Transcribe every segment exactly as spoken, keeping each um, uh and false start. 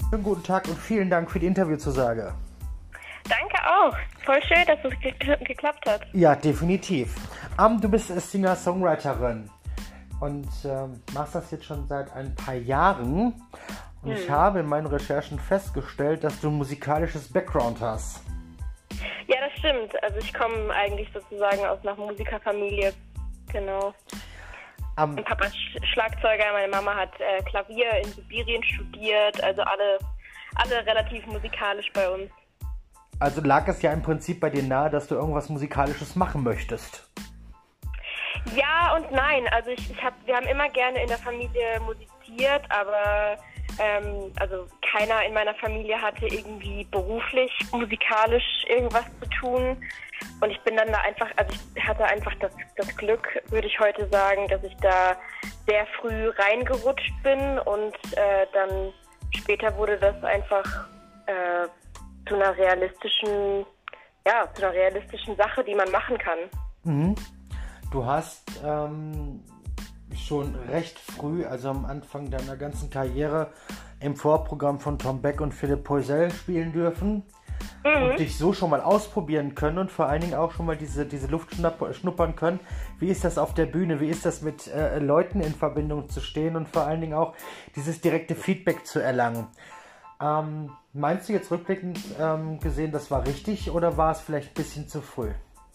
Schönen guten Tag und vielen Dank für die Interviewzusage. Danke auch. Voll schön, dass es ge- geklappt hat. Ja, definitiv. Um, du bist Singer-Songwriterin und ähm, machst das jetzt schon seit ein paar Jahren. Und hm. ich habe in meinen Recherchen festgestellt, dass du ein musikalisches Background hast. Ja, das stimmt. Also ich komme eigentlich sozusagen aus einer Musikerfamilie. Genau. Um, mein Papa ist Schlagzeuger, meine Mama hat äh, Klavier in Sibirien studiert. Also alle, alle relativ musikalisch bei uns. Also lag es ja im Prinzip bei dir nahe, dass du irgendwas Musikalisches machen möchtest. Ja und nein. Also ich, ich hab, wir haben immer gerne in der Familie musiziert, aber ähm, also keiner in meiner Familie hatte irgendwie beruflich, musikalisch irgendwas zu tun. Und ich bin dann da einfach, also ich hatte einfach das, das Glück, würde ich heute sagen, dass ich da sehr früh reingerutscht bin und äh, dann später wurde das einfach äh, zu einer realistischen, ja, zu einer realistischen Sache, die man machen kann. Mhm. Du hast ähm, schon recht früh, also am Anfang deiner ganzen Karriere, im Vorprogramm von Tom Beck und Philipp Poisel spielen dürfen mhm. und dich so schon mal ausprobieren können und vor allen Dingen auch schon mal diese, diese Luft schnuppern können. Wie ist das auf der Bühne? Wie ist das mit äh, Leuten in Verbindung zu stehen und vor allen Dingen auch dieses direkte Feedback zu erlangen? Ähm, meinst du jetzt rückblickend ähm, gesehen, das war richtig oder war es vielleicht ein bisschen zu früh?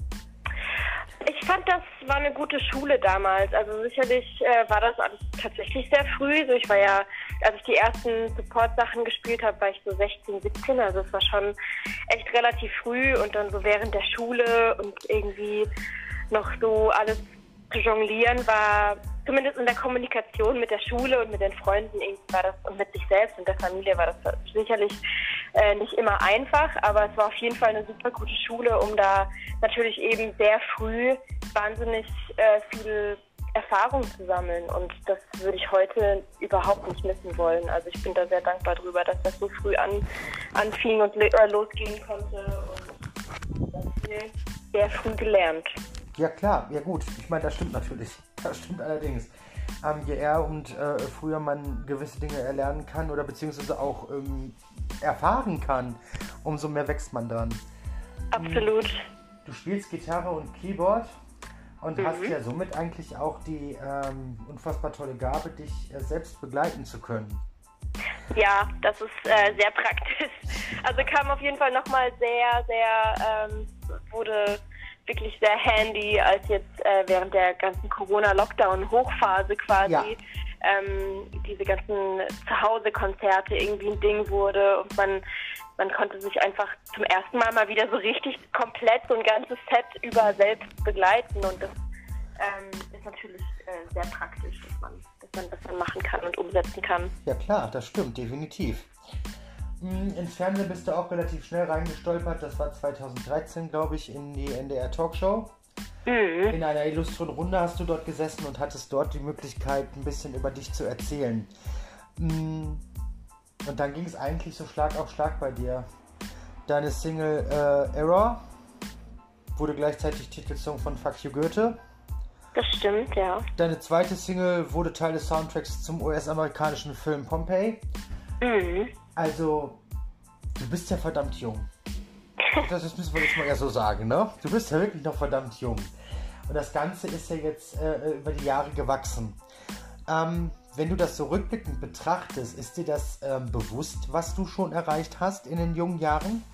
Ich fand, das war eine gute Schule damals. Also sicherlich äh, war das alles tatsächlich sehr früh. So, ich war ja, als ich die ersten Support-Sachen gespielt habe, war ich so sechzehn, siebzehn. Also es war schon echt relativ früh und dann so während der Schule und irgendwie noch so alles zu jonglieren war, zumindest in der Kommunikation mit der Schule und mit den Freunden irgendwie war das und mit sich selbst und der Familie war das sicherlich äh, nicht immer einfach, aber es war auf jeden Fall eine super gute Schule, um da natürlich eben sehr früh wahnsinnig äh, viel Erfahrung zu sammeln und das würde ich heute überhaupt nicht missen wollen. Also ich bin da sehr dankbar drüber, dass das so früh an, anfing und äh, losgehen konnte und das viel sehr früh gelernt. Ja klar, ja gut, ich meine, das stimmt natürlich, das stimmt allerdings. Ähm, je eher und äh, früher man gewisse Dinge erlernen kann oder beziehungsweise auch ähm, erfahren kann, umso mehr wächst man dann. Absolut. Du spielst Gitarre und Keyboard und mhm. hast ja somit eigentlich auch die ähm, unfassbar tolle Gabe, dich äh, selbst begleiten zu können. Ja, das ist äh, sehr praktisch. Also kam auf jeden Fall nochmal sehr, sehr, ähm, wurde wirklich sehr handy, als jetzt äh, während der ganzen Corona-Lockdown-Hochphase quasi ja. ähm, diese ganzen Zuhause-Konzerte irgendwie ein Ding wurde und man, man konnte sich einfach zum ersten Mal mal wieder so richtig komplett so ein ganzes Set über selbst begleiten und das ähm, ist natürlich äh, sehr praktisch, dass man, dass man das dann machen kann und umsetzen kann. Ja klar, das stimmt, definitiv. Ins Fernsehen bist du auch relativ schnell reingestolpert. Das war zweitausenddreizehn, glaube ich, in die N D R Talkshow. Mhm. In einer illustren Runde hast du dort gesessen und hattest dort die Möglichkeit, ein bisschen über dich zu erzählen. Und dann ging es eigentlich so Schlag auf Schlag bei dir. Deine Single äh, Error wurde gleichzeitig Titelsong von Fuck You Goethe. Das stimmt, ja. Deine zweite Single wurde Teil des Soundtracks zum U S-amerikanischen Film Pompeii. Mhm. Also, du bist ja verdammt jung. Das müssen wir jetzt mal ja so sagen, ne? Du bist ja wirklich noch verdammt jung. Und das Ganze ist ja jetzt äh, über die Jahre gewachsen. Ähm, wenn du das so rückblickend betrachtest, ist dir das ähm, bewusst, was du schon erreicht hast in den jungen Jahren?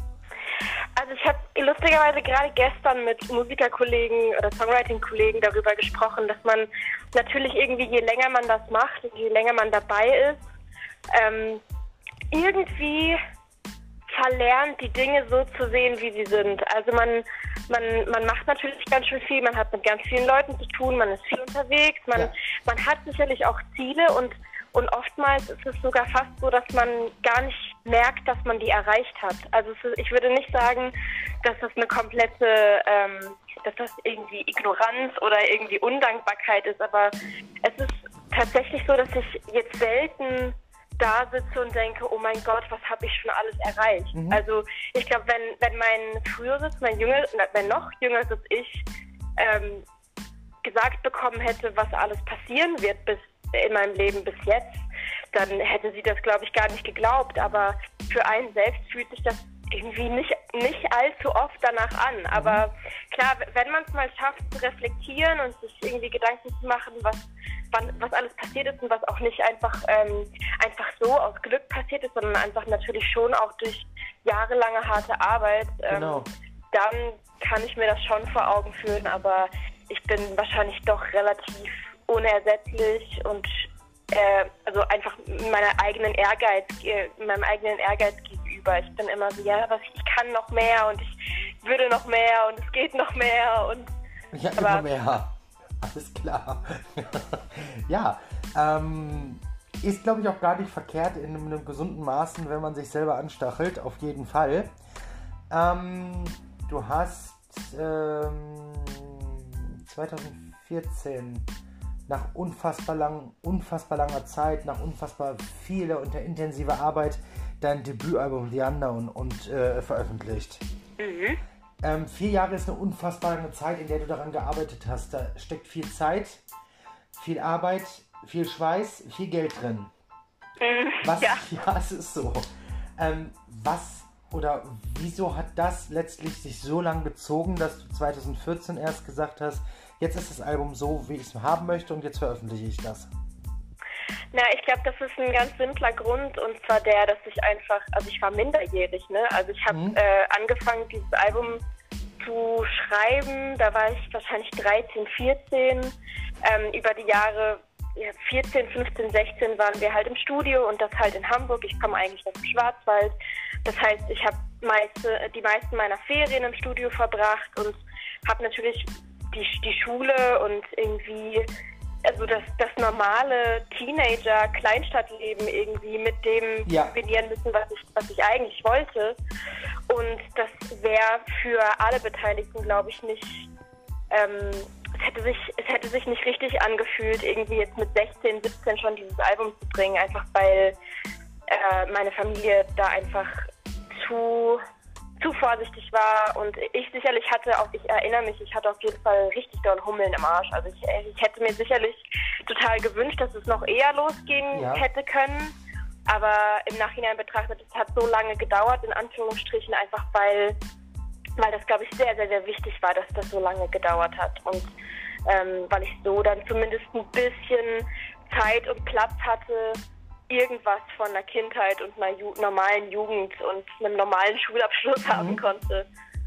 Also ich habe lustigerweise gerade gestern mit Musikerkollegen oder Songwriting-Kollegen darüber gesprochen, dass man natürlich irgendwie, je länger man das macht und je länger man dabei ist, ähm, irgendwie verlernt, die Dinge so zu sehen, wie sie sind. Also man, man, man macht natürlich ganz schön viel, man hat mit ganz vielen Leuten zu tun, man ist viel unterwegs, man, ja. man hat sicherlich auch Ziele und, und oftmals ist es sogar fast so, dass man gar nicht merkt, dass man die erreicht hat. Also es ist, ich würde nicht sagen, dass das eine komplette, ähm, dass das irgendwie Ignoranz oder irgendwie Undankbarkeit ist, aber es ist tatsächlich so, dass ich jetzt selten da sitze und denke, oh mein Gott, was habe ich schon alles erreicht? Mhm. Also ich glaube, wenn, wenn mein früheres, mein jüngeres, mein noch jüngeres Ich ähm, gesagt bekommen hätte, was alles passieren wird bis in meinem Leben bis jetzt, dann hätte sie das, glaube ich, gar nicht geglaubt. Aber für einen selbst fühlt sich das irgendwie nicht, nicht allzu oft danach an. Aber klar, wenn man es mal schafft zu reflektieren und sich irgendwie Gedanken zu machen, was, wann, was alles passiert ist und was auch nicht einfach, ähm, einfach so aus Glück passiert ist, sondern einfach natürlich schon auch durch jahrelange harte Arbeit, ähm, Genau. dann kann ich mir das schon vor Augen führen. Aber ich bin wahrscheinlich doch relativ unersetzlich und äh, also einfach meiner eigenen Ehrgeiz, äh, meinem eigenen Ehrgeiz gegenüber. Ich bin immer so, ja, was, ich kann noch mehr und ich würde noch mehr und es geht noch mehr und ja, aber, immer mehr. Alles klar. ja, ähm, ist glaube ich auch gar nicht verkehrt in einem, einem gesunden Maßen, wenn man sich selber anstachelt, auf jeden Fall. Ähm, du hast ähm, zwanzig vierzehn nach unfassbar, lang, unfassbar langer Zeit, nach unfassbar vieler und der intensiver Arbeit dein Debütalbum The Unknown und äh, veröffentlicht. Mhm. Ähm, vier Jahre ist eine unfassbar lange Zeit, in der du daran gearbeitet hast. Da steckt viel Zeit, viel Arbeit, viel Schweiß, viel Geld drin. Mhm, Was, ja. ja, es ist so. Ähm, was oder wieso hat das letztlich sich so lang gezogen, dass du zwanzig vierzehn erst gesagt hast, jetzt ist das Album so, wie ich es haben möchte und jetzt veröffentliche ich das? Na, ich glaube, das ist ein ganz simpler Grund und zwar der, dass ich einfach, also ich war minderjährig, ne? Also ich habe Mhm. äh, angefangen, dieses Album zu schreiben, da war ich wahrscheinlich dreizehn, vierzehn. Ähm, über die Jahre ja, vierzehn, fünfzehn, sechzehn waren wir halt im Studio und das halt in Hamburg. Ich komme eigentlich aus dem Schwarzwald. Das heißt, ich habe meiste, die meisten meiner Ferien im Studio verbracht und habe natürlich die, die Schule und irgendwie also das, das normale Teenager-Kleinstadtleben irgendwie mit dem ja. kombinieren müssen, was ich, was ich eigentlich wollte. Und das wäre für alle Beteiligten, glaube ich, nicht, ähm, es hätte sich, es hätte sich nicht richtig angefühlt, irgendwie jetzt mit sechzehn, siebzehn schon dieses Album zu bringen, einfach weil äh, meine Familie da einfach zu zu vorsichtig war und ich sicherlich hatte auch, ich erinnere mich, ich hatte auf jeden Fall richtig doll Hummeln im Arsch. Also ich, ich hätte mir sicherlich total gewünscht, dass es noch eher losgehen ja. hätte können. Aber im Nachhinein betrachtet, es hat so lange gedauert, in Anführungsstrichen, einfach weil, weil das, glaube ich, sehr, sehr, sehr wichtig war, dass das so lange gedauert hat. Und ähm, weil ich so dann zumindest ein bisschen Zeit und Platz hatte, irgendwas von der Kindheit und einer Ju- normalen Jugend und einem normalen Schulabschluss mhm. haben konnte.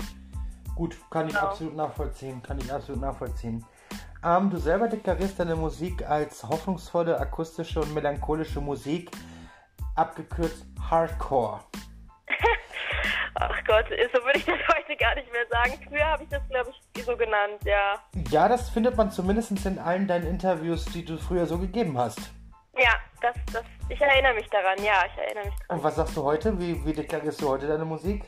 Gut, kann ich genau. absolut nachvollziehen, kann ich absolut nachvollziehen. Ähm, du selber deklarierst deine Musik als hoffnungsvolle, akustische und melancholische Musik, abgekürzt Hardcore. Ach Gott, so würde ich das heute gar nicht mehr sagen. Früher habe ich das, glaube ich, so genannt, ja. Ja, das findet man zumindest in allen deinen Interviews, die du früher so gegeben hast. Ja, das, das, ich erinnere mich daran, ja, ich erinnere mich daran. Und was sagst du heute? Wie, wie deklarierst du heute deine Musik?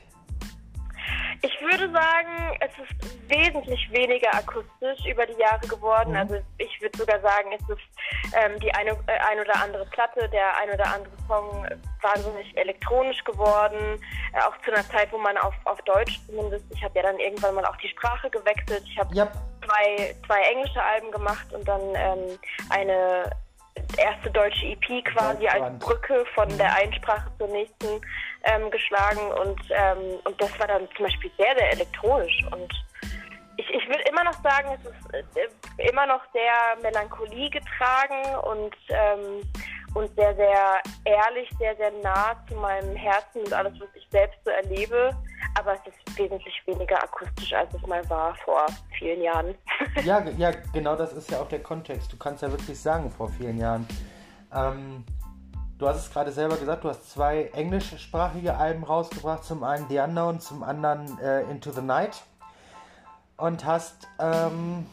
Ich würde sagen, es ist wesentlich weniger akustisch über die Jahre geworden. Mhm. Also ich würde sogar sagen, es ist ähm, die eine äh, ein oder andere Platte, der ein oder andere Song wahnsinnig elektronisch geworden. Äh, auch zu einer Zeit, wo man auf, auf Deutsch zumindest, ich habe ja dann irgendwann mal auch die Sprache gewechselt. Ich habe yep. zwei, zwei englische Alben gemacht und dann ähm, eine erste deutsche E P quasi als Brücke von der einen Sprache zur nächsten ähm, geschlagen und, ähm, und das war dann zum Beispiel sehr, sehr elektronisch und ich, ich würde immer noch sagen, es ist äh, immer noch sehr Melancholie getragen und, ähm, und sehr, sehr ehrlich, sehr, sehr nah zu meinem Herzen und alles, was ich selbst so erlebe, aber es ist wesentlich weniger akustisch, als es mal war vor vielen Jahren. Ja, ja, genau das ist ja auch der Kontext. Du kannst ja wirklich sagen, vor vielen Jahren. Ähm, du hast es gerade selber gesagt, du hast zwei englischsprachige Alben rausgebracht. Zum einen The Unknown, zum anderen äh, Into the Night. Und hast ähm,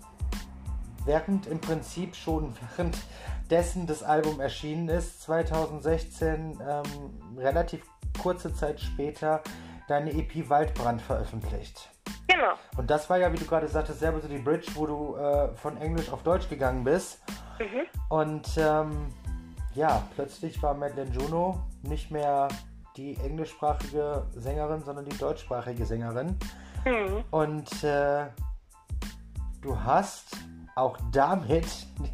während im Prinzip schon währenddessen das Album erschienen ist, zwanzig sechzehn, ähm, relativ kurze Zeit später, deine E P Waldbrand veröffentlicht. Genau. Und das war ja, wie du gerade sagtest, selber so die Bridge, wo du äh, von Englisch auf Deutsch gegangen bist. Mhm. Und ähm, ja, plötzlich war Madeleine Juno nicht mehr die englischsprachige Sängerin, sondern die deutschsprachige Sängerin. Mhm. Und äh, du hast auch damit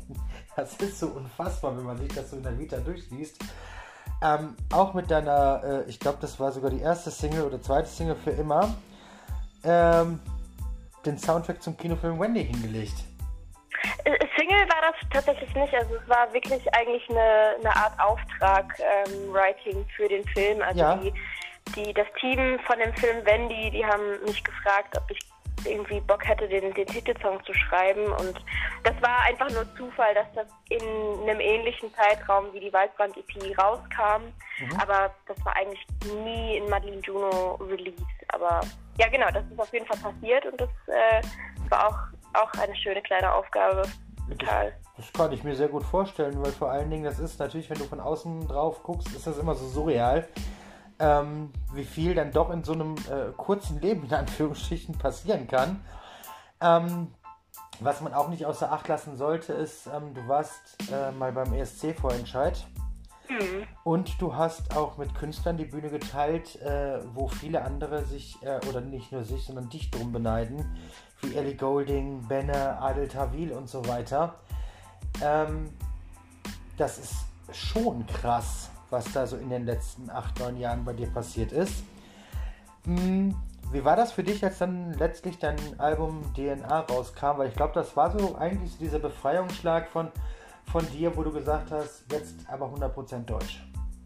Das ist so unfassbar, wenn man sich das so in der Vita durchliest. Ähm, auch mit deiner, äh, ich glaube, das war sogar die erste Single oder zweite Single für immer, ähm, den Soundtrack zum Kinofilm Wendy hingelegt. Single war das tatsächlich nicht, also es war wirklich eigentlich eine, eine Art Auftrag-Writing ähm, für den Film. Also ja. die, die, das Team von dem Film Wendy, die haben mich gefragt, ob ich irgendwie Bock hätte, den, den Titelsong zu schreiben, und das war einfach nur Zufall, dass das in einem ähnlichen Zeitraum wie die Waldbrand-E P rauskam, mhm. aber das war eigentlich nie in Madeline Juno Release, aber ja genau, das ist auf jeden Fall passiert, und das äh, war auch, auch eine schöne kleine Aufgabe. Total. Das, das kann ich mir sehr gut vorstellen, weil vor allen Dingen, das ist natürlich, wenn du von außen drauf guckst, ist das immer so surreal, Ähm, wie viel dann doch in so einem äh, kurzen Leben in Anführungsstrichen passieren kann. Ähm, was man auch nicht außer Acht lassen sollte, ist, ähm, du warst äh, mal beim E S C-Vorentscheid mhm. und du hast auch mit Künstlern die Bühne geteilt, äh, wo viele andere sich, äh, oder nicht nur sich, sondern dich drum beneiden, wie Ellie Goulding, Benne, Adel Tawil und so weiter. Ähm, das ist schon krass, was da so in den letzten acht, neun Jahren bei dir passiert ist. Hm, wie war das für dich, als dann letztlich dein Album D N A rauskam? Weil ich glaube, das war so eigentlich so dieser Befreiungsschlag von, von dir, wo du gesagt hast, jetzt aber hundert Prozent deutsch.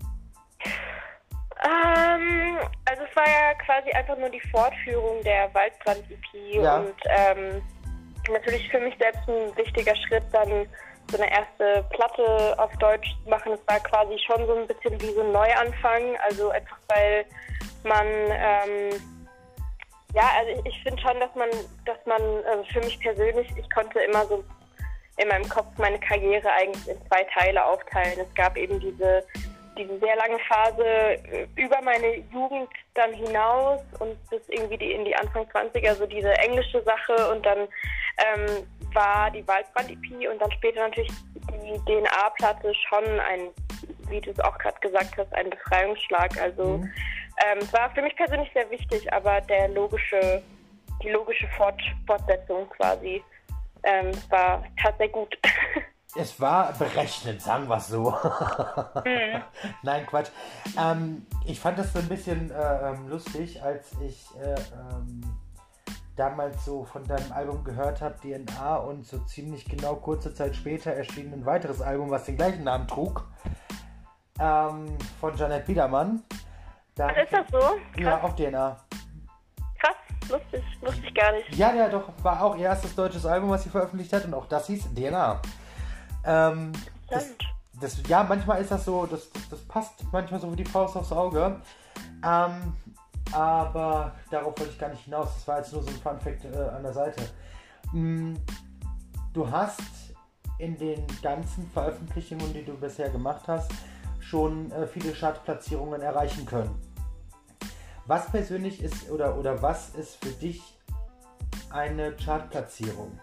Ähm, also es war ja quasi einfach nur die Fortführung der Waldbrand-E P ja. und ähm, natürlich für mich selbst ein wichtiger Schritt, dann so eine erste Platte auf Deutsch zu machen. Es war quasi schon so ein bisschen wie so ein Neuanfang, also einfach weil man, ähm, ja, also ich, ich finde schon, dass man, dass man, also für mich persönlich, ich konnte immer so in meinem Kopf meine Karriere eigentlich in zwei Teile aufteilen. Es gab eben diese, diese sehr lange Phase über meine Jugend dann hinaus und bis irgendwie die, in die Anfang zwanziger, so diese englische Sache, und dann ähm, war die Waldbrand-E P und dann später natürlich die D N A-Platte schon ein, wie du es auch gerade gesagt hast, ein Befreiungsschlag. Also mhm. ähm, es war für mich persönlich sehr wichtig, aber der logische, die logische Fort, Fortsetzung quasi ähm, war tatsächlich gut. Es war berechnet, sagen wir es so. Mhm. Nein, Quatsch. Ähm, ich fand das so ein bisschen äh, lustig, als ich äh, ähm, damals so von deinem Album gehört habe, D N A, und so ziemlich genau kurze Zeit später erschien ein weiteres Album, was den gleichen Namen trug, ähm, von Jeanette Biedermann. Da Ach, ist das so? Krass. Ja, auch D N A. Krass, lustig, lustig gar nicht. Ja, ja, doch, war auch ihr erstes deutsches Album, was sie veröffentlicht hat, und auch das hieß D N A. Ähm, das, das, ja, manchmal ist das so, das, das, das passt manchmal so wie die Faust aufs Auge. Ähm, aber darauf wollte ich gar nicht hinaus. Das war jetzt nur so ein Funfact äh, an der Seite. Mm, du hast in den ganzen Veröffentlichungen, die du bisher gemacht hast, schon äh, viele Chartplatzierungen erreichen können. Was persönlich ist oder, oder was ist für dich eine Chartplatzierung?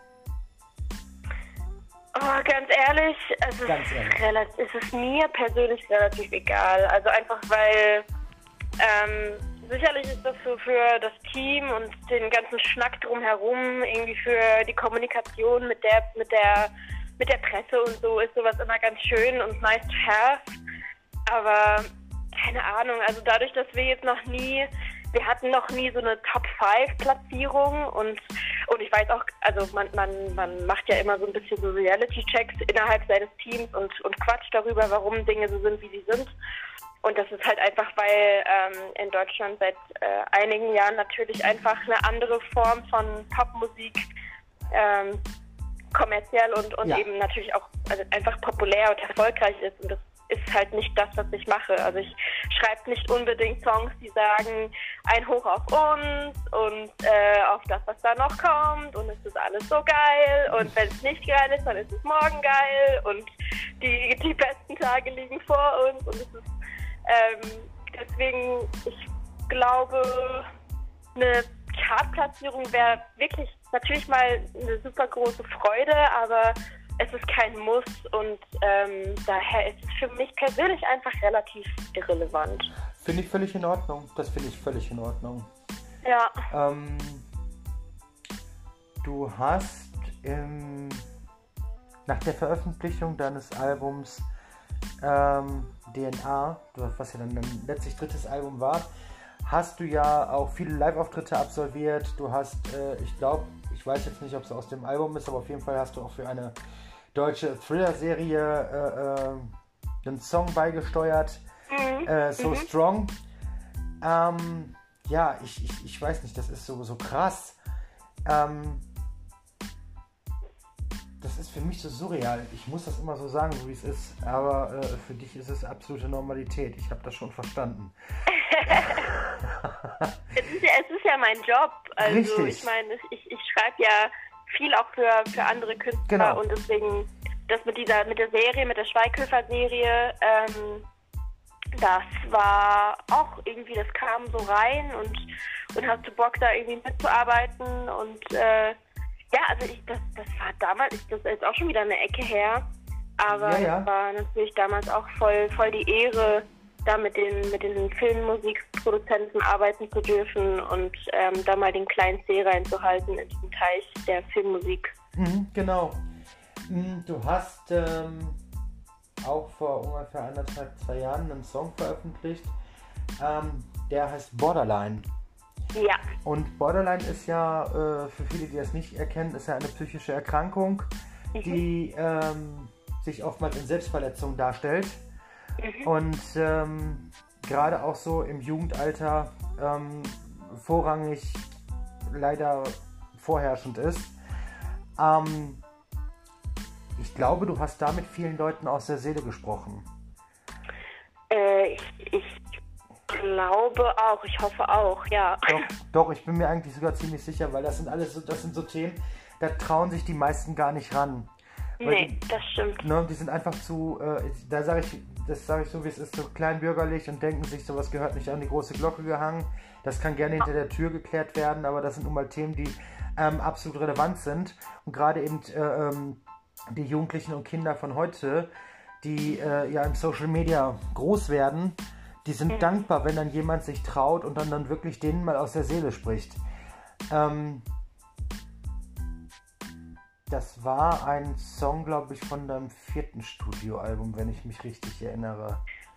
Oh, ganz ehrlich, es ist, ganz ehrlich. Relativ, es ist mir persönlich relativ egal. Also einfach weil ähm, sicherlich ist das so für das Team und den ganzen Schnack drumherum, irgendwie für die Kommunikation mit der, mit der, mit der Presse und so, ist sowas immer ganz schön und nice to have. Aber keine Ahnung, also dadurch, dass wir jetzt noch nie, wir hatten noch nie so eine Top fünf Platzierung, und und ich weiß auch, also man, man, man macht ja immer so ein bisschen so Reality-Checks innerhalb seines Teams und, und quatscht darüber, warum Dinge so sind, wie sie sind. Und das ist halt einfach, weil ähm, in Deutschland seit äh, einigen Jahren natürlich einfach eine andere Form von Popmusik ähm, kommerziell und, und ja. eben natürlich auch also einfach populär und erfolgreich ist. Und das ist halt nicht das, was ich mache. Also ich schreibe nicht unbedingt Songs, die sagen, ein Hoch auf uns und äh, auf das, was da noch kommt, und es ist alles so geil, und wenn es nicht geil ist, dann ist es morgen geil, und die, die besten Tage liegen vor uns, und es ist ähm, deswegen, ich glaube, eine Chartplatzierung wäre wirklich natürlich mal eine super große Freude, aber es ist kein Muss, und ähm, daher ist es für mich persönlich einfach relativ irrelevant. Finde ich völlig in Ordnung. Das finde ich völlig in Ordnung. Ja. Ähm, du hast im nach der Veröffentlichung deines Albums ähm, D N A, was ja dann dein letztlich drittes Album war, hast du ja auch viele Live-Auftritte absolviert. Du hast, äh, ich glaube, ich weiß jetzt nicht, ob es aus dem Album ist, aber auf jeden Fall hast du auch für eine deutsche Thriller-Serie äh, äh, einen Song beigesteuert, Mhm. äh, So Mhm. Strong. Ähm, ja, ich, ich, ich weiß nicht, das ist so, so krass. Ähm, das ist für mich so surreal. Ich muss das immer so sagen, so wie es ist. Aber äh, für dich ist es absolute Normalität. Ich habe das schon verstanden. Es ist, ja, es ist ja mein Job. Also Richtig. ich meine, ich, ich schreibe ja viel auch für, für andere Künstler Genau. und deswegen das mit dieser mit der Serie, mit der Schweighöfer-Serie, ähm, das war auch irgendwie, das kam so rein und, und hast du Bock, da irgendwie mitzuarbeiten und äh, ja, also ich, das, das war damals, ist das jetzt auch schon wieder eine Ecke her, aber Ja, ja. das war natürlich damals auch voll, voll die Ehre, da mit den, mit den Filmmusikproduzenten arbeiten zu dürfen und ähm, da mal den kleinen Zeh reinzuhalten in diesen Teich der Filmmusik. Mhm, genau. Mhm, Du hast ähm, auch vor ungefähr anderthalb, zwei Jahren einen Song veröffentlicht, ähm, der heißt Borderline. Ja, Und Borderline ist ja, äh, für viele, die das nicht erkennen, ist ja eine psychische Erkrankung, die ähm, sich oftmals in Selbstverletzung darstellt. Und ähm, gerade auch so im Jugendalter ähm, vorrangig leider vorherrschend ist. Ähm, ich glaube, du hast da mit vielen Leuten aus der Seele gesprochen. äh, ich, ich glaube auch, ich hoffe auch, ja. Doch, doch, ich bin mir eigentlich sogar ziemlich sicher, weil das sind alles so, das sind so Themen, da trauen sich die meisten gar nicht ran. Weil Nee, die, das stimmt. ne, die sind einfach zu, äh, da sage ich, das sage ich so, wie es ist, so kleinbürgerlich und denken sich, sowas gehört nicht an die große Glocke gehangen. Das kann gerne hinter der Tür geklärt werden, aber das sind nun mal Themen, die ähm, absolut relevant sind. Und gerade eben äh, ähm, die Jugendlichen und Kinder von heute, die äh, ja im Social Media groß werden, die sind dankbar, wenn dann jemand sich traut und dann, dann wirklich denen mal aus der Seele spricht. Ähm, das war ein Song, glaube ich, von deinem vierten Studioalbum, wenn ich mich richtig erinnere.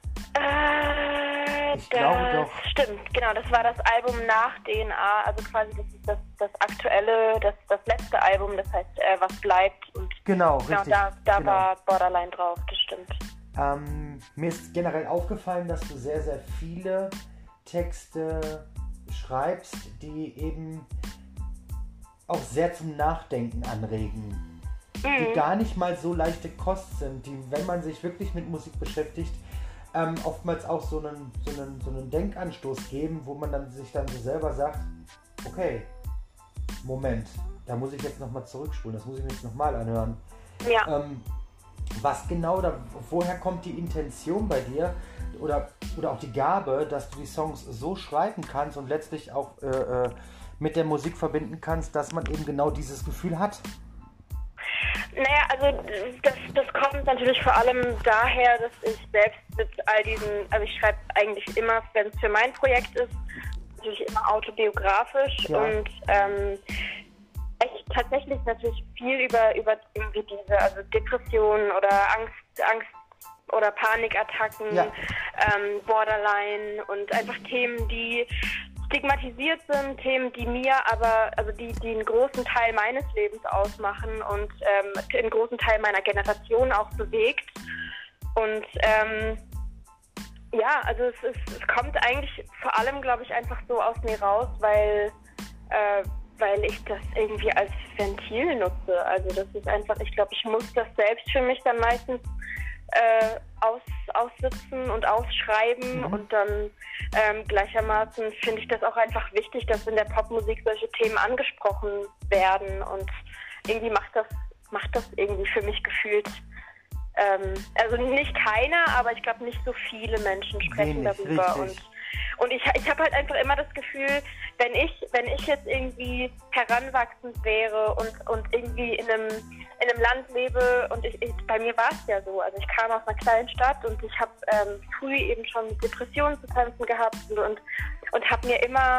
Äh, Ich das glaube doch. Stimmt, genau, das war das Album nach D N A, also quasi das ist das, das aktuelle, das, das letzte Album, das heißt äh, Was bleibt und Genau, genau, richtig. da, da genau. war Borderline drauf, das stimmt. Ähm, mir ist generell aufgefallen, dass du sehr, sehr viele Texte schreibst, die eben auch sehr zum Nachdenken anregen. Die gar nicht mal so leichte Kost sind, die, wenn man sich wirklich mit Musik beschäftigt, ähm, oftmals auch so einen, so, einen, so einen Denkanstoß geben, wo man dann sich dann so selber sagt, okay, Moment, da muss ich jetzt nochmal zurückspulen, das muss ich mir jetzt nochmal anhören. Ja. Ähm, was genau, da, woher kommt die Intention bei dir oder, oder auch die Gabe, dass du die Songs so schreiben kannst und letztlich auch äh, äh, mit der Musik verbinden kannst, dass man eben genau dieses Gefühl hat? Naja, also das, das kommt natürlich vor allem daher, dass ich selbst mit all diesen, also ich schreibe eigentlich immer, wenn es für mein Projekt ist, natürlich immer autobiografisch Ja. und ähm, echt tatsächlich natürlich viel über, über irgendwie diese, also Depressionen oder Angst, Angst oder Panikattacken, Ja. ähm, Borderline und einfach Themen, die stigmatisiert sind, Themen, die mir aber, also die, die einen großen Teil meines Lebens ausmachen und ähm, einen großen Teil meiner Generation auch bewegt. Und ähm, ja, also es, ist, es kommt eigentlich vor allem, glaube ich, einfach so aus mir raus, weil, äh, weil ich das irgendwie als Ventil nutze. Also das ist einfach, ich glaube, ich muss das selbst für mich dann meistens äh, aus, aussitzen und ausschreiben Mhm. und dann ähm, gleichermaßen finde ich das auch einfach wichtig, dass in der Popmusik solche Themen angesprochen werden und irgendwie macht das, macht das irgendwie für mich gefühlt, ähm, also nicht keiner, aber ich glaube nicht so viele Menschen sprechen Wenig, darüber richtig. und und ich, ich habe halt einfach immer das Gefühl, wenn ich, wenn ich jetzt irgendwie heranwachsend wäre und, und irgendwie in einem, in einem Land lebe und ich, ich bei mir war es ja so, also ich kam aus einer kleinen Stadt und ich habe ähm, früh eben schon mit Depressionen zu kämpfen gehabt und, und, und habe mir immer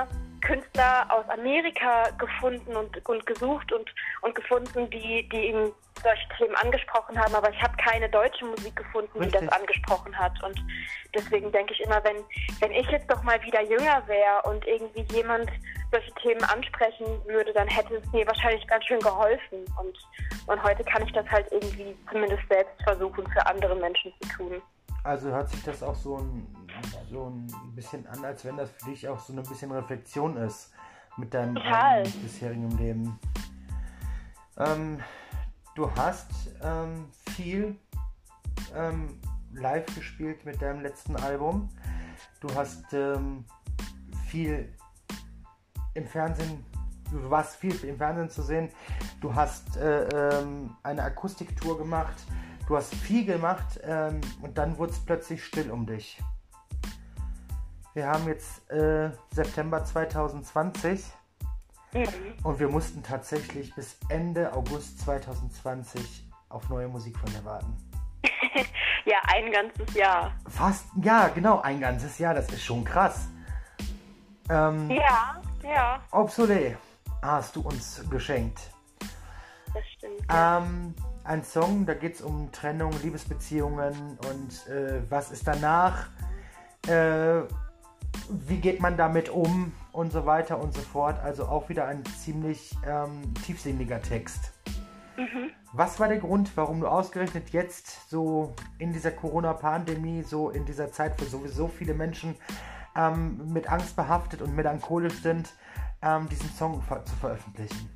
Künstler aus Amerika gefunden und, und gesucht und, und gefunden, die, die ihm solche Themen angesprochen haben, aber ich habe keine deutsche Musik gefunden, Richtig. die das angesprochen hat. Und deswegen denke ich immer, wenn, wenn ich jetzt doch mal wieder jünger wäre und irgendwie jemand solche Themen ansprechen würde, dann hätte es mir wahrscheinlich ganz schön geholfen. Und, und heute kann ich das halt irgendwie zumindest selbst versuchen, für andere Menschen zu tun. Also hört sich das auch so ein, so ein bisschen an, als wenn das für dich auch so ein bisschen Reflexion ist mit deinem Total. ähm, bisherigen Leben. Ähm, du hast ähm, viel ähm, live gespielt mit deinem letzten Album. Du hast ähm, viel im Fernsehen, du warst viel im Fernsehen zu sehen. Du hast äh, ähm, eine Akustiktour gemacht. Du hast viel gemacht ähm, und dann wurde es plötzlich still um dich. Wir haben jetzt äh, September zwanzig zwanzig mhm. und wir mussten tatsächlich bis Ende August zwanzig zwanzig auf neue Musik von dir warten. Ja, ein ganzes Jahr. Fast, ja, genau, ein ganzes Jahr, das ist schon krass. Ähm, ja, ja. Obsolé hast du uns geschenkt. Das stimmt. Ja. Ähm, ein Song, da geht es um Trennung, Liebesbeziehungen und äh, was ist danach, äh, wie geht man damit um und so weiter und so fort. Also auch wieder ein ziemlich ähm, tiefsinniger Text. Mhm. Was war der Grund, warum du ausgerechnet jetzt so in dieser Corona-Pandemie, so in dieser Zeit, wo sowieso viele Menschen ähm, mit Angst behaftet und melancholisch sind, ähm, diesen Song ver- zu veröffentlichen?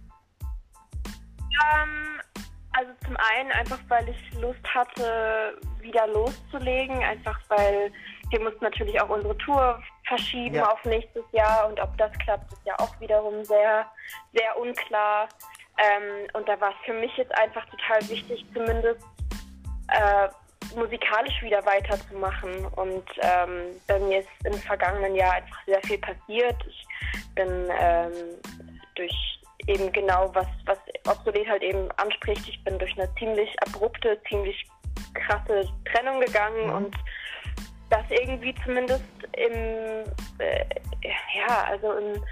Ähm, also zum einen einfach, weil ich Lust hatte, wieder loszulegen, einfach weil wir mussten natürlich auch unsere Tour verschieben Ja. auf nächstes Jahr und ob das klappt, ist ja auch wiederum sehr, sehr unklar. Ähm, und da war es für mich jetzt einfach total wichtig, zumindest äh, musikalisch wieder weiterzumachen. Und ähm, bei mir ist im vergangenen Jahr einfach sehr viel passiert. Ich bin ähm, durch eben genau, was, was Obsolé halt eben anspricht, ich bin durch eine ziemlich abrupte, ziemlich krasse Trennung gegangen Mhm. und das irgendwie zumindest im, äh, ja, also im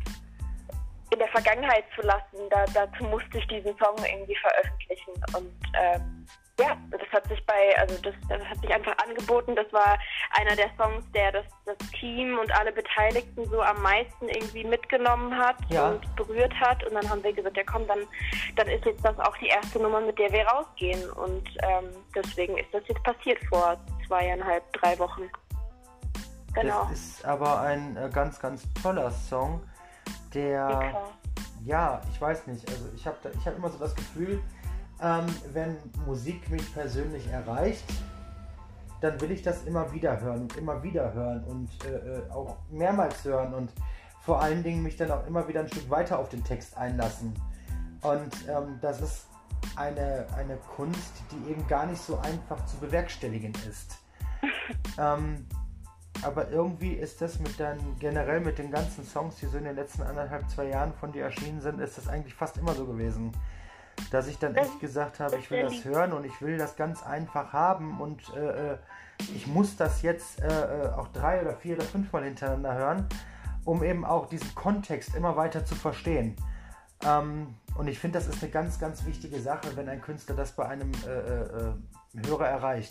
in der Vergangenheit zu lassen, da, dazu musste ich diesen Song irgendwie veröffentlichen und ähm, ja, das hat sich bei, also das, das hat sich einfach angeboten, das war einer der Songs, der das, das Team und alle Beteiligten so am meisten irgendwie mitgenommen hat Ja. und berührt hat und dann haben wir gesagt, ja komm, dann, dann ist jetzt das auch die erste Nummer, mit der wir rausgehen und ähm, deswegen ist das jetzt passiert vor zweieinhalb, drei Wochen. Genau. Das ist aber ein äh, ganz, ganz toller Song, der, Okay. ja, ich weiß nicht, also ich habe ich hab immer so das Gefühl, ähm, wenn Musik mich persönlich erreicht, dann will ich das immer wieder hören und immer wieder hören und äh, auch mehrmals hören und vor allen Dingen mich dann auch immer wieder ein Stück weiter auf den Text einlassen. Und ähm, das ist eine, eine Kunst, die eben gar nicht so einfach zu bewerkstelligen ist. ähm, aber irgendwie ist das mit deinen, generell mit den ganzen Songs, die so in den letzten anderthalb, zwei Jahren von dir erschienen sind, ist das eigentlich fast immer so gewesen. Dass ich dann echt gesagt habe, ich will das hören und ich will das ganz einfach haben und äh, ich muss das jetzt äh, auch drei oder vier oder fünfmal hintereinander hören, um eben auch diesen Kontext immer weiter zu verstehen. Ähm, und ich finde, das ist eine ganz, ganz wichtige Sache, wenn ein Künstler das bei einem äh, äh, Hörer erreicht.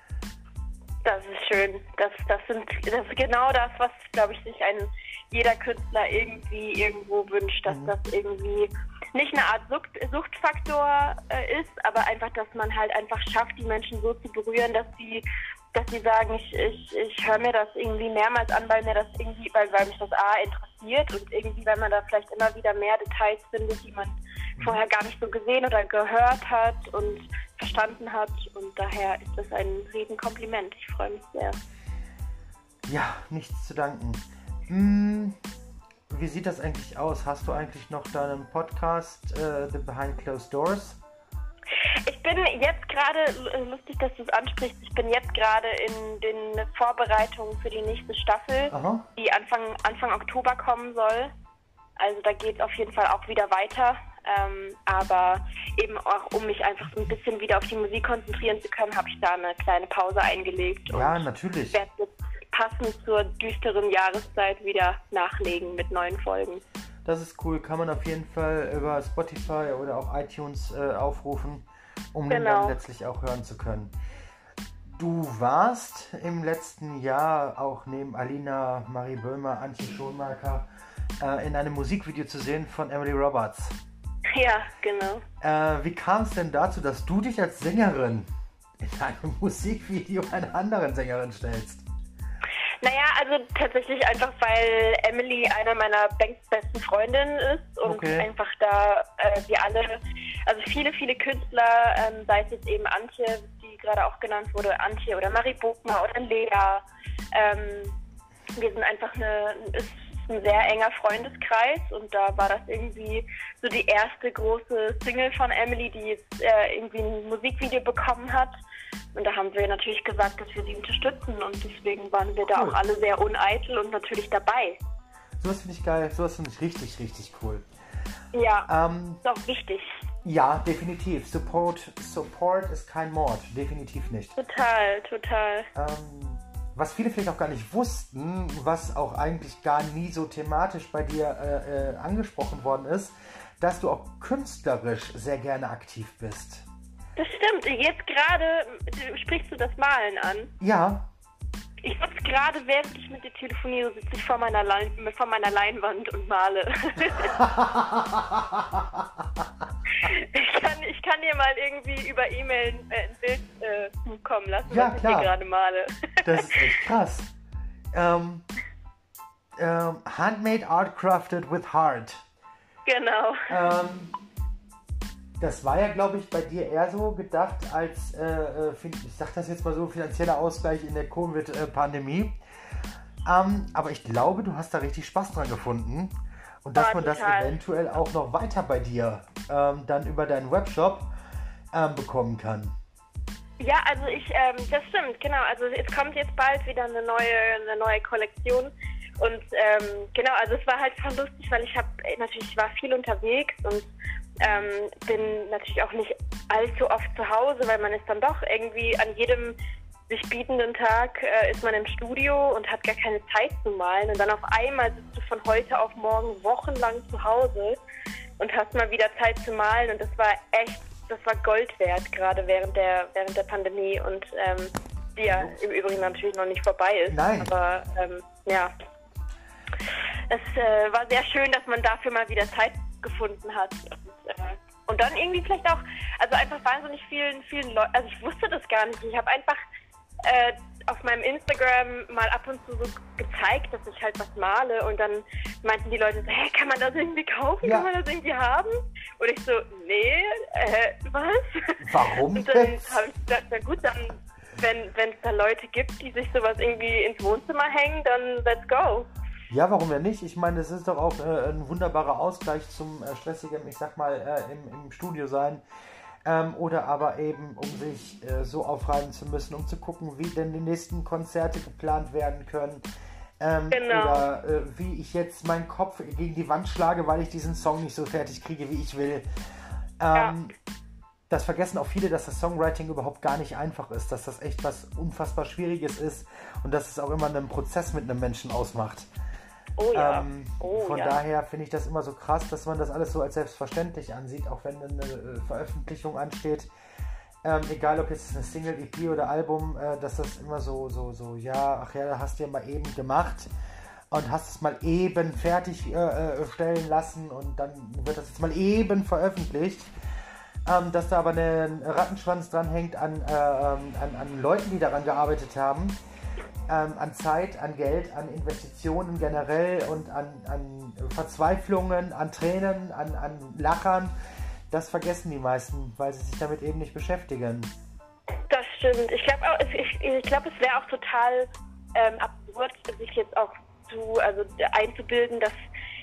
Das ist schön. Das, das, sind, das ist genau das, was, glaube ich, sich ein jeder Künstler irgendwie irgendwo wünscht, dass Mhm. das irgendwie nicht eine Art Sucht, Suchtfaktor äh, ist, aber einfach, dass man halt einfach schafft, die Menschen so zu berühren, dass sie, dass sie sagen, ich, ich, ich höre mir das irgendwie mehrmals an, weil mir das irgendwie, weil, weil mich das A interessiert und irgendwie, weil man da vielleicht immer wieder mehr Details findet, die man vorher gar nicht so gesehen oder gehört hat und verstanden hat und daher ist das ein Riesenkompliment. Ich freue mich sehr. Ja, nichts zu danken. Hm, wie sieht das eigentlich aus? Hast du eigentlich noch deinen Podcast äh, The Behind Closed Doors? Ich bin jetzt gerade, lustig, dass du es ansprichst, ich bin jetzt gerade in den Vorbereitungen für die nächste Staffel, Aha. die Anfang, Anfang Oktober kommen soll. Also da geht es auf jeden Fall auch wieder weiter. Ähm, aber eben auch, um mich einfach so ein bisschen wieder auf die Musik konzentrieren zu können, habe ich da eine kleine Pause eingelegt. Ja, und natürlich. werde jetzt passend zur düsteren Jahreszeit wieder nachlegen mit neuen Folgen. Das ist cool, kann man auf jeden Fall über Spotify oder auch iTunes äh, aufrufen, um den Genau. dann letztlich auch hören zu können. Du warst im letzten Jahr auch neben Alina, Marie Böhmer, Antje Schonmarker äh, in einem Musikvideo zu sehen von Emily Roberts. Ja, genau. Äh, wie kam es denn dazu, dass du dich als Sängerin in einem Musikvideo einer anderen Sängerin stellst? Naja, also tatsächlich einfach, weil Emily einer meiner besten Freundinnen ist und Okay. einfach da äh, wir alle, also viele, viele Künstler, ähm, sei es jetzt eben Antje, die gerade auch genannt wurde, Antje oder Marie Bogner oder Lea, ähm, wir sind einfach eine, ist ein sehr enger Freundeskreis und da war das irgendwie so die erste große Single von Emily, die jetzt äh, irgendwie ein Musikvideo bekommen hat. Und da haben wir natürlich gesagt, dass wir sie unterstützen und deswegen waren wir da Cool. auch alle sehr uneitel und natürlich dabei. Sowas finde ich geil, sowas finde ich richtig, richtig cool. Ja, Ähm, ist auch wichtig. ja, definitiv. Support, Support ist kein Mord, definitiv nicht. Total, total. Ähm, was viele vielleicht auch gar nicht wussten, was auch eigentlich gar nie so thematisch bei dir äh, äh, angesprochen worden ist, dass du auch künstlerisch sehr gerne aktiv bist. Das stimmt. Jetzt gerade sprichst du das Malen an. Ja, Ich sitze gerade, während ich mit dir telefoniere, sitze ich vor meiner, Lein vor meiner Leinwand und male. ich, kann, ich kann dir mal irgendwie über E-Mail äh, ein Bild äh, zukommen lassen, Ja, was klar. ich hier gerade male. das ist echt krass. Ähm, ähm, handmade art crafted with heart. Genau. Ähm, das war ja, glaube ich, bei dir eher so gedacht als, äh, äh, ich sag das jetzt mal so, finanzieller Ausgleich in der Covid-Pandemie. Ähm, aber ich glaube, du hast da richtig Spaß dran gefunden. Und dass Ja, man das total. eventuell auch noch weiter bei dir ähm, dann über deinen Webshop ähm, bekommen kann. Ja, also ich, ähm, das stimmt, genau. Also es kommt jetzt bald wieder eine neue, eine neue Kollektion. Und ähm, genau, also es war halt voll lustig, weil ich habe natürlich, ich war viel unterwegs und ähm, bin natürlich auch nicht allzu oft zu Hause, weil man ist dann doch irgendwie an jedem sich bietenden Tag äh, ist man im Studio und hat gar keine Zeit zu malen. Und dann auf einmal sitzt du von heute auf morgen wochenlang zu Hause und hast mal wieder Zeit zu malen. Und das war echt, das war Gold wert, gerade während der, während der Pandemie. Und ähm, die ja im Übrigen natürlich noch nicht vorbei ist. Nein. Aber ähm, ja, es äh, war sehr schön, dass man dafür mal wieder Zeit gefunden hat. Und, äh, und dann irgendwie vielleicht auch, also einfach wahnsinnig vielen, vielen Leuten, also ich wusste das gar nicht. Ich habe einfach äh, auf meinem Instagram mal ab und zu so gezeigt, dass ich halt was male und dann meinten die Leute so, hä, kann man das irgendwie kaufen? Ja. Kann man das irgendwie haben? Und ich so, nee, äh, was? Warum Und dann jetzt? habe ich gesagt, na gut, dann, wenn wenn es da Leute gibt, die sich sowas irgendwie ins Wohnzimmer hängen, dann let's go. Ja, warum denn nicht? Ich meine, es ist doch auch äh, ein wunderbarer Ausgleich zum äh, stressigen, ich sag mal, äh, im, im Studio sein. Ähm, oder aber eben, um sich äh, so aufreiben zu müssen, um zu gucken, wie denn die nächsten Konzerte geplant werden können. Ähm, Genau. Oder äh, wie ich jetzt meinen Kopf gegen die Wand schlage, weil ich diesen Song nicht so fertig kriege, wie ich will. Ähm, Das vergessen auch viele, dass das Songwriting überhaupt gar nicht einfach ist, dass das echt was unfassbar Schwieriges ist und dass es auch immer einen Prozess mit einem Menschen ausmacht. Oh ja. Ähm, oh, von ja. daher finde ich das immer so krass, dass man das alles so als selbstverständlich ansieht, auch wenn eine äh, Veröffentlichung ansteht. Ähm, egal ob jetzt eine Single, E P oder Album, äh, dass das immer so, so, so, ja, ach ja, da hast du ja mal eben gemacht und hast es mal eben fertig äh, äh, stellen lassen und dann wird das jetzt mal eben veröffentlicht. Ähm, dass da aber ein Rattenschwanz dran hängt an, äh, an, an Leuten, die daran gearbeitet haben. Ähm, an Zeit, an Geld, an Investitionen generell und an, an Verzweiflungen, an Tränen, an, an Lachern. Das vergessen die meisten, weil sie sich damit eben nicht beschäftigen. Das stimmt. Ich glaube auch, ich, ich glaube, es wäre auch total ähm, absurd, sich jetzt auch zu, also einzubilden, dass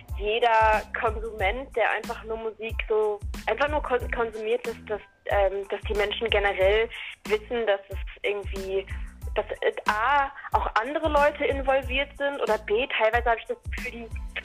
jeder Konsument, der einfach nur Musik so einfach nur kon konsumiert, ist, dass, ähm, dass die Menschen generell wissen, dass es irgendwie, dass äh, A, auch andere Leute involviert sind oder B, teilweise habe ich das Gefühl, die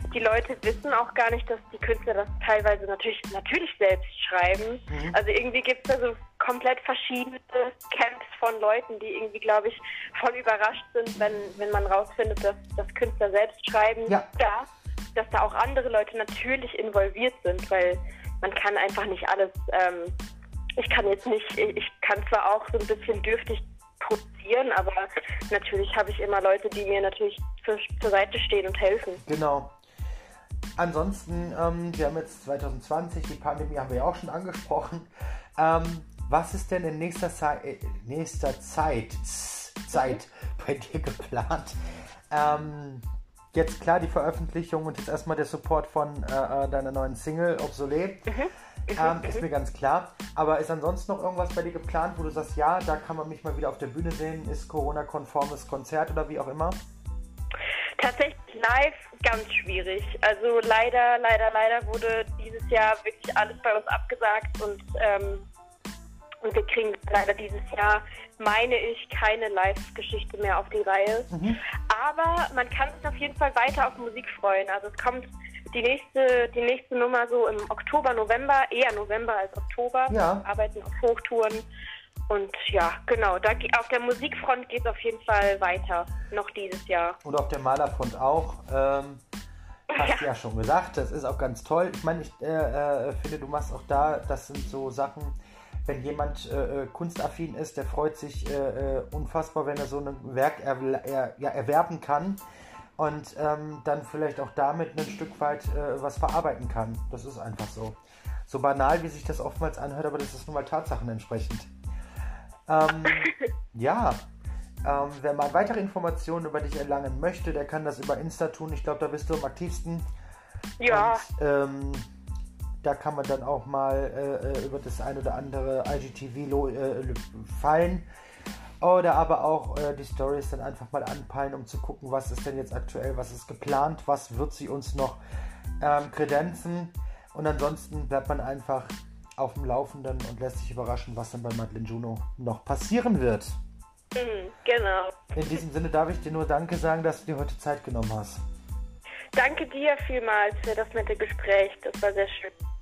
die Leute wissen auch gar nicht, dass die Künstler das teilweise natürlich, natürlich selbst schreiben. Mhm. Also irgendwie gibt es da so komplett verschiedene Camps von Leuten, die irgendwie, glaube ich, voll überrascht sind, wenn, wenn man rausfindet, dass, dass Künstler selbst schreiben. Ja. Da, dass da auch andere Leute natürlich involviert sind, weil man kann einfach nicht alles, ähm, ich kann jetzt nicht, ich kann zwar auch so ein bisschen dürftig produzieren, aber natürlich habe ich immer Leute, die mir natürlich für, zur Seite stehen und helfen. Genau. Ansonsten, ähm, wir haben jetzt zwanzig zwanzig, die Pandemie haben wir ja auch schon angesprochen. Ähm, was ist denn in nächster, Zei- äh, nächster Zeit, Zeit mhm. bei dir geplant? Ähm, jetzt klar die Veröffentlichung und jetzt erstmal der Support von äh, deiner neuen Single, Obsolet. Mhm. Ähm, ist mir ganz klar. Aber ist ansonsten noch irgendwas bei dir geplant, wo du sagst, ja, da kann man mich mal wieder auf der Bühne sehen, ist Corona-konformes Konzert oder wie auch immer? Tatsächlich live ganz schwierig. Also leider, leider, leider wurde dieses Jahr wirklich alles bei uns abgesagt und, ähm, und wir kriegen leider dieses Jahr, meine ich, keine Live-Geschichte mehr auf die Reihe. Mhm. Aber man kann sich auf jeden Fall weiter auf Musik freuen. Also es kommt die nächste, die nächste Nummer so im Oktober, November, eher November als Oktober. Ja. Wir arbeiten auf Hochtouren. Und ja, genau, da, auf der Musikfront geht es auf jeden Fall weiter, noch dieses Jahr. Und auf der Malerfront auch. Ähm, hast du ja. ja schon gesagt, das ist auch ganz toll. Ich meine, ich äh, äh, finde, du machst auch da, das sind so Sachen, wenn jemand äh, kunstaffin ist, der freut sich äh, unfassbar, wenn er so ein Werk er, er, ja, erwerben kann und ähm, dann vielleicht auch damit ein Stück weit äh, was verarbeiten kann. Das ist einfach so. So banal, wie sich das oftmals anhört, aber das ist nun mal Tatsachen entsprechend. Ähm, ja, ähm, wer mal weitere Informationen über dich erlangen möchte, der kann das über Insta tun. Ich glaube, da bist du am aktivsten. Ja. Und, ähm, da kann man dann auch mal äh, über das ein oder andere I G T V äh, fallen. Oder aber auch äh, die Stories dann einfach mal anpeilen, um zu gucken, was ist denn jetzt aktuell, was ist geplant, was wird sie uns noch ähm, kredenzen. Und ansonsten bleibt man einfach auf dem Laufenden und lässt sich überraschen, was dann bei Madeleine Juno noch passieren wird. Mhm, genau. In diesem Sinne darf ich dir nur Danke sagen, dass du dir heute Zeit genommen hast. Danke dir vielmals für das nette Gespräch. Das war sehr schön.